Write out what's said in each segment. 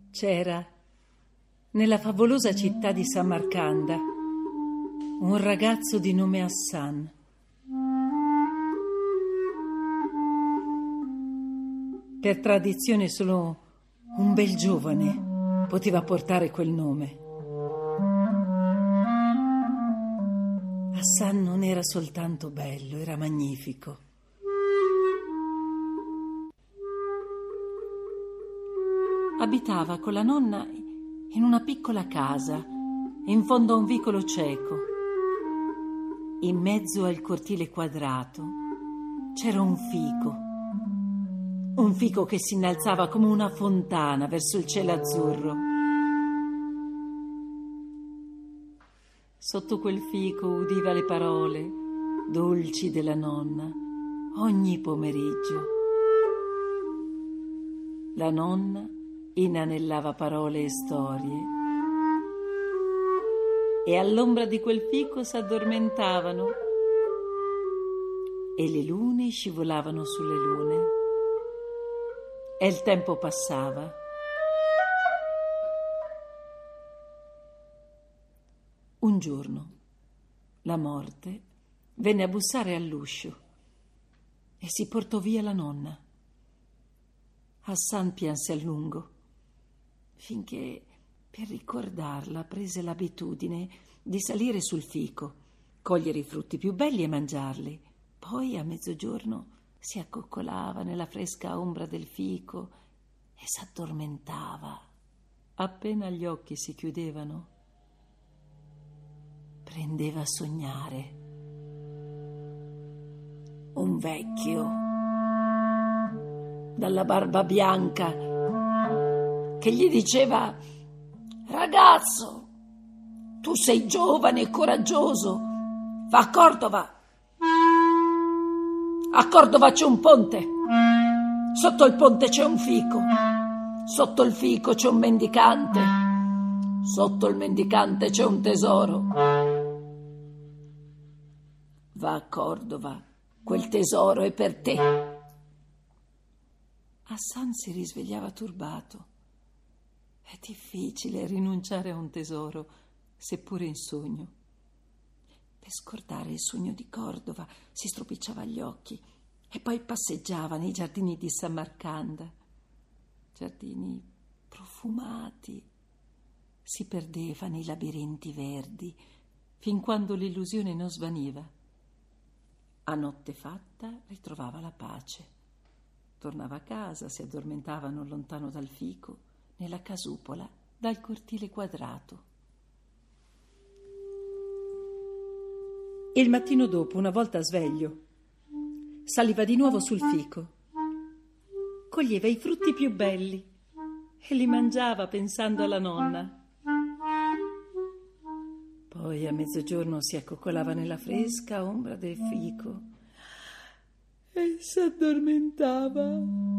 C'era, nella favolosa città di Samarcanda, un ragazzo di nome Hassan. Per tradizione solo un bel giovane poteva portare quel nome. Hassan non era soltanto bello, era magnifico. Abitava con la nonna in una piccola casa, in fondo a un vicolo cieco. In mezzo al cortile quadrato c'era un fico che si innalzava come una fontana verso il cielo azzurro. Sotto quel fico udiva le parole dolci della nonna ogni pomeriggio. La nonna inanellava parole e storie e all'ombra di quel fico s'addormentavano e le lune scivolavano sulle lune e il tempo passava. Un giorno la morte venne a bussare all'uscio e si portò via la nonna. Hassan pianse a lungo, finché per ricordarla prese l'abitudine di salire sul fico, cogliere i frutti più belli e mangiarli. Poi a mezzogiorno si accoccolava nella fresca ombra del fico e s'addormentava. Appena gli occhi si chiudevano, prendeva a sognare un vecchio dalla barba bianca che gli diceva: ragazzo, tu sei giovane e coraggioso, va a Cordova. A Cordova c'è un ponte, sotto il ponte c'è un fico, sotto il fico c'è un mendicante, sotto il mendicante c'è un tesoro. Va a Cordova, quel tesoro è per te. Hassan si risvegliava turbato. È difficile rinunciare a un tesoro, seppure in sogno. Per scordare il sogno di Cordova si stropicciava gli occhi e poi passeggiava nei giardini di Samarcanda. Giardini profumati. Si perdeva nei labirinti verdi fin quando l'illusione non svaniva. A notte fatta ritrovava la pace. Tornava a casa, si addormentava non lontano dal fico, nella casupola dal cortile quadrato. Il mattino dopo, una volta sveglio, saliva di nuovo sul fico, coglieva i frutti più belli e li mangiava pensando alla nonna. Poi a mezzogiorno si accoccolava nella fresca ombra del fico e s'addormentava.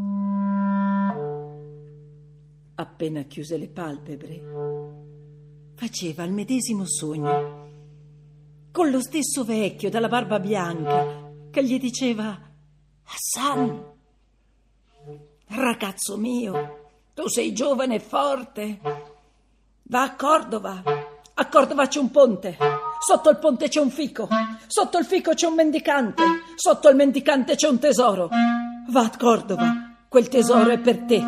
Appena chiuse le palpebre, faceva il medesimo sogno, con lo stesso vecchio dalla barba bianca che gli diceva: Hassan, ragazzo mio, tu sei giovane e forte, va a Cordova. A Cordova c'è un ponte, sotto il ponte c'è un fico, sotto il fico c'è un mendicante, sotto il mendicante c'è un tesoro. Va a Cordova, quel tesoro è per te.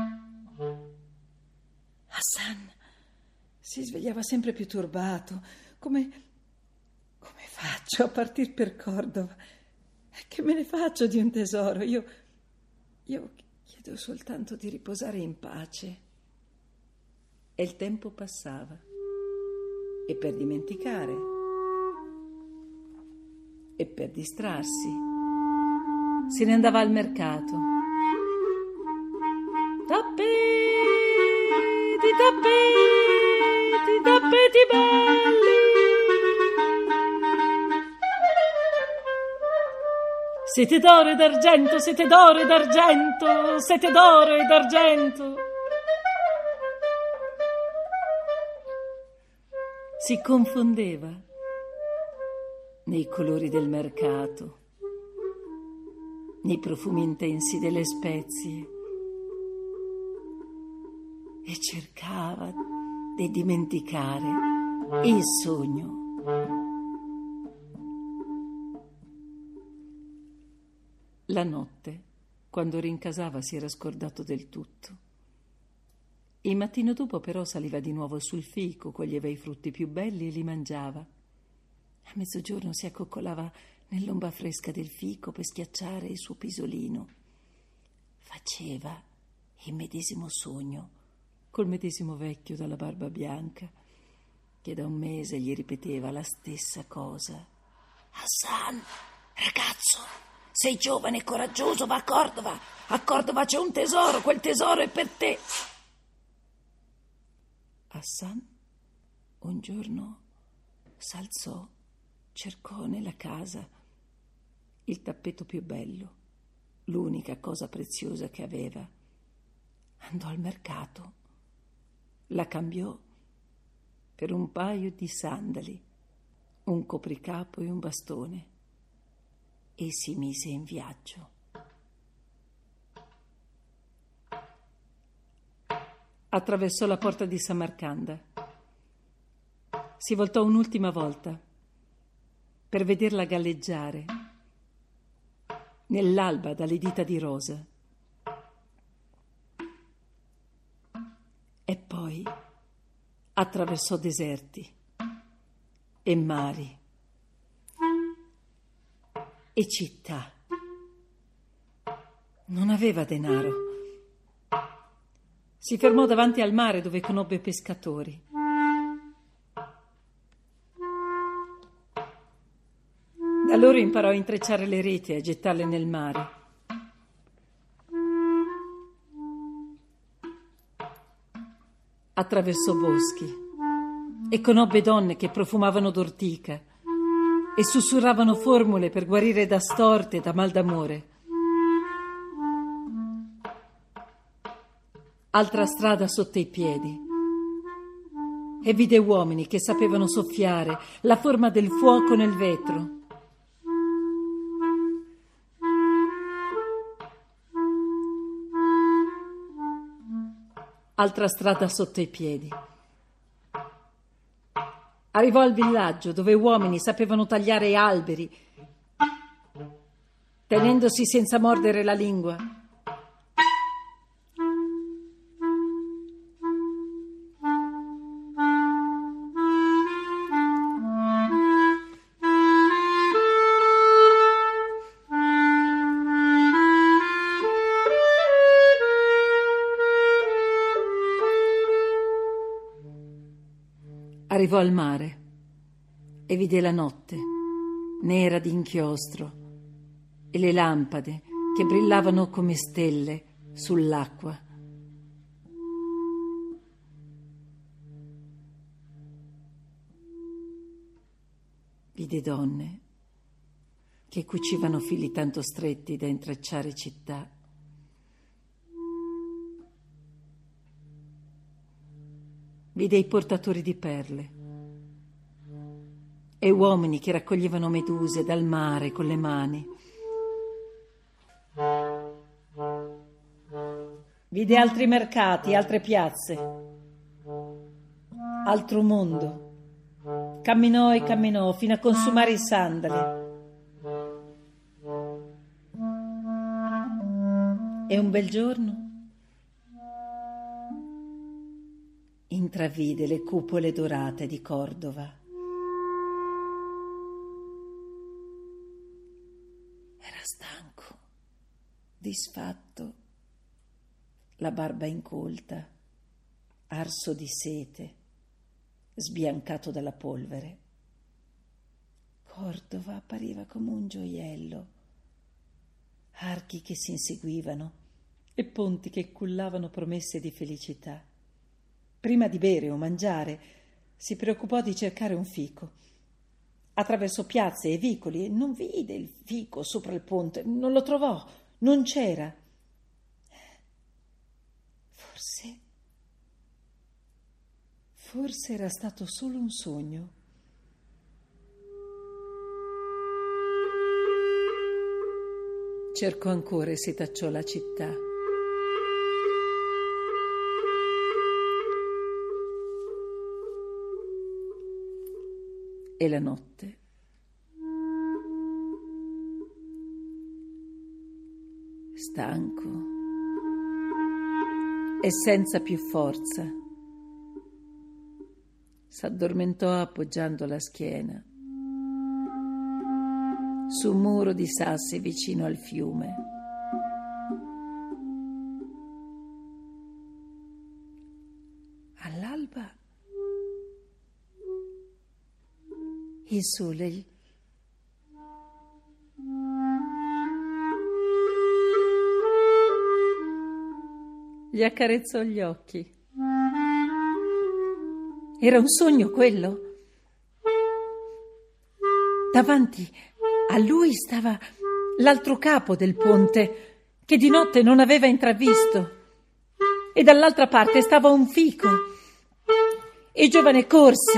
Hassan si svegliava sempre più turbato. Come faccio a partir per Cordova? Che me ne faccio di un tesoro? Io chiedo soltanto di riposare in pace. E il tempo passava. E per dimenticare e per distrarsi se ne andava al mercato. Tappeti, tappeti, tappeti belli. Siete d'oro ed argento, siete d'oro ed argento, siete d'oro ed argento. Si confondeva nei colori del mercato, nei profumi intensi delle spezie. e cercava di dimenticare il sogno. La notte, quando rincasava, si era scordato del tutto. Il mattino dopo però saliva di nuovo sul fico, coglieva i frutti più belli e li mangiava. A mezzogiorno si accoccolava nell'ombra fresca del fico per schiacciare il suo pisolino. Faceva il medesimo sogno col medesimo vecchio dalla barba bianca che da un mese gli ripeteva la stessa cosa. Hassan, ragazzo, sei giovane e coraggioso, va a Cordova. A Cordova c'è un tesoro, quel tesoro è per te. Hassan un giorno s'alzò, cercò nella casa il tappeto più bello, l'unica cosa preziosa che aveva. Andò al mercato, la cambiò per un paio di sandali, un copricapo e un bastone e si mise in viaggio. Attraversò la porta di Samarcanda. Si voltò un'ultima volta per vederla galleggiare nell'alba dalle dita di rosa. E poi attraversò deserti e mari e città. Non aveva denaro. Si fermò davanti al mare dove conobbe pescatori. Da loro imparò a intrecciare le reti e a gettarle nel mare. Attraversò boschi e conobbe donne che profumavano d'ortica e sussurravano formule per guarire da storte e da mal d'amore. Altra strada sotto i piedi e vide uomini che sapevano soffiare la forma del fuoco nel vetro. Altra strada sotto i piedi. Arrivò al villaggio dove uomini sapevano tagliare alberi, tenendosi senza mordere la lingua. Arrivò al mare e vide la notte, nera di inchiostro, e le lampade che brillavano come stelle sull'acqua. Vide donne che cucivano fili tanto stretti da intrecciare città. Vide i portatori di perle e uomini che raccoglievano meduse dal mare con le mani. Vide altri mercati, altre piazze, altro mondo. Camminò e camminò fino a consumare i sandali. E un bel giorno intravide le cupole dorate di Cordova. Era stanco, disfatto, la barba incolta, arso di sete, sbiancato dalla polvere. Cordova appariva come un gioiello, archi che si inseguivano e ponti che cullavano promesse di felicità. Prima di bere o mangiare, si preoccupò di cercare un fico. Attraversò piazze e vicoli e non vide il fico sopra il ponte. Non lo trovò, non c'era. Forse era stato solo un sogno. Cercò ancora e setacciò la città. e la notte. Stanco e senza più forza, s'addormentò appoggiando la schiena su un muro di sassi vicino al fiume. All'alba il sole gli accarezzò gli occhi. Era un sogno quello? Davanti a lui stava l'altro capo del ponte che di notte non aveva intravisto e dall'altra parte stava un fico. Il giovane corse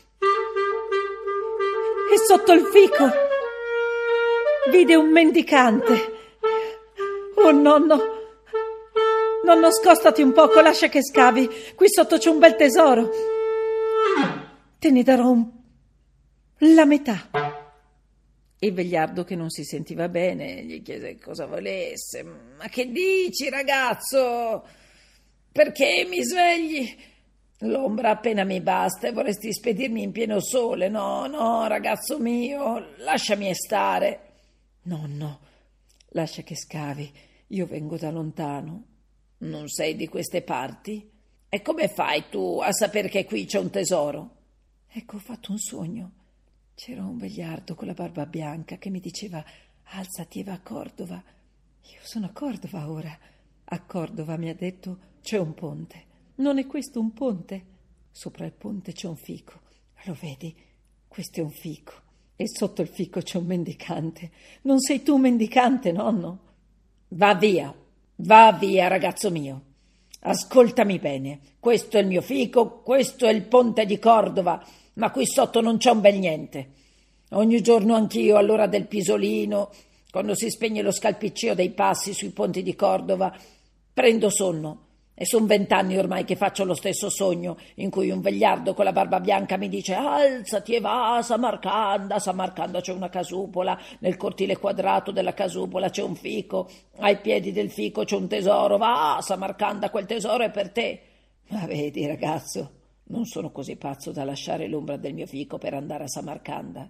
e sotto il fico vide un mendicante. Oh nonno, scostati un poco, lascia che scavi, qui sotto c'è un bel tesoro. Te ne darò la metà. Il vegliardo, che non si sentiva bene, gli chiese cosa volesse. Ma che dici, ragazzo? Perché mi svegli? L'ombra appena mi basta e vorresti spedirmi in pieno sole. No, ragazzo mio, lasciami stare. No, lascia che scavi, io vengo da lontano. Non sei di queste parti? E come fai tu a sapere che qui c'è un tesoro? Ecco, ho fatto un sogno. C'era un vegliardo con la barba bianca che mi diceva: alzati e va a Cordova. Io sono a Cordova ora. A Cordova, mi ha detto, c'è un ponte. Non è questo un ponte? Sopra il ponte c'è un fico. Lo vedi? Questo è un fico. E sotto il fico c'è un mendicante. Non sei tu un mendicante, nonno? Va via, ragazzo mio. Ascoltami bene. Questo è il mio fico, questo è il ponte di Cordova. Ma qui sotto non c'è un bel niente. Ogni giorno anch'io, all'ora del pisolino, quando si spegne lo scalpiccio dei passi sui ponti di Cordova, prendo sonno. E son 20 anni ormai che faccio lo stesso sogno, in cui un vegliardo con la barba bianca mi dice: alzati e va a Samarcanda. A Samarcanda c'è una casupola, nel cortile quadrato della casupola c'è un fico, ai piedi del fico c'è un tesoro. Va a Samarcanda, quel tesoro è per te. Ma vedi, ragazzo, non sono così pazzo da lasciare l'ombra del mio fico per andare a Samarcanda.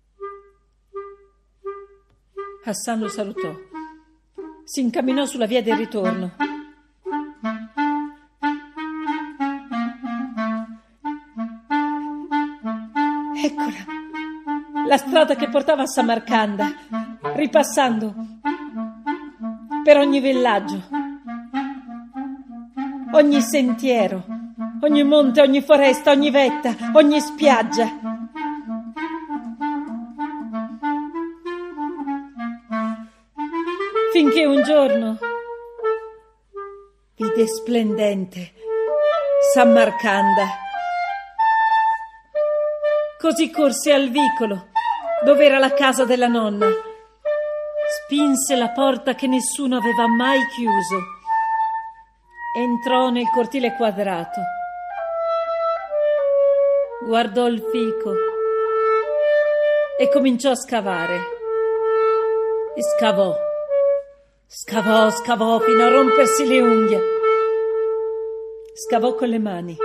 Hassan lo salutò. Si incamminò sulla via del ritorno. Eccola, la strada che portava a Samarcanda, ripassando per ogni villaggio, ogni sentiero, ogni monte, ogni foresta, ogni vetta, ogni spiaggia. Finché un giorno vide splendente Samarcanda. Così corse al vicolo, dove era la casa della nonna. Spinse la porta che nessuno aveva mai chiuso. Entrò nel cortile quadrato. Guardò il fico e cominciò a scavare. E scavò fino a rompersi le unghie. Scavò con le mani.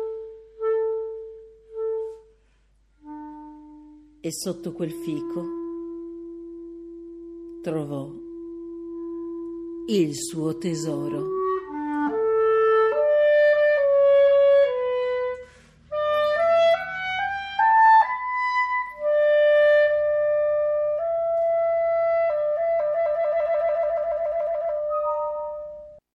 E sotto quel fico trovò il suo tesoro.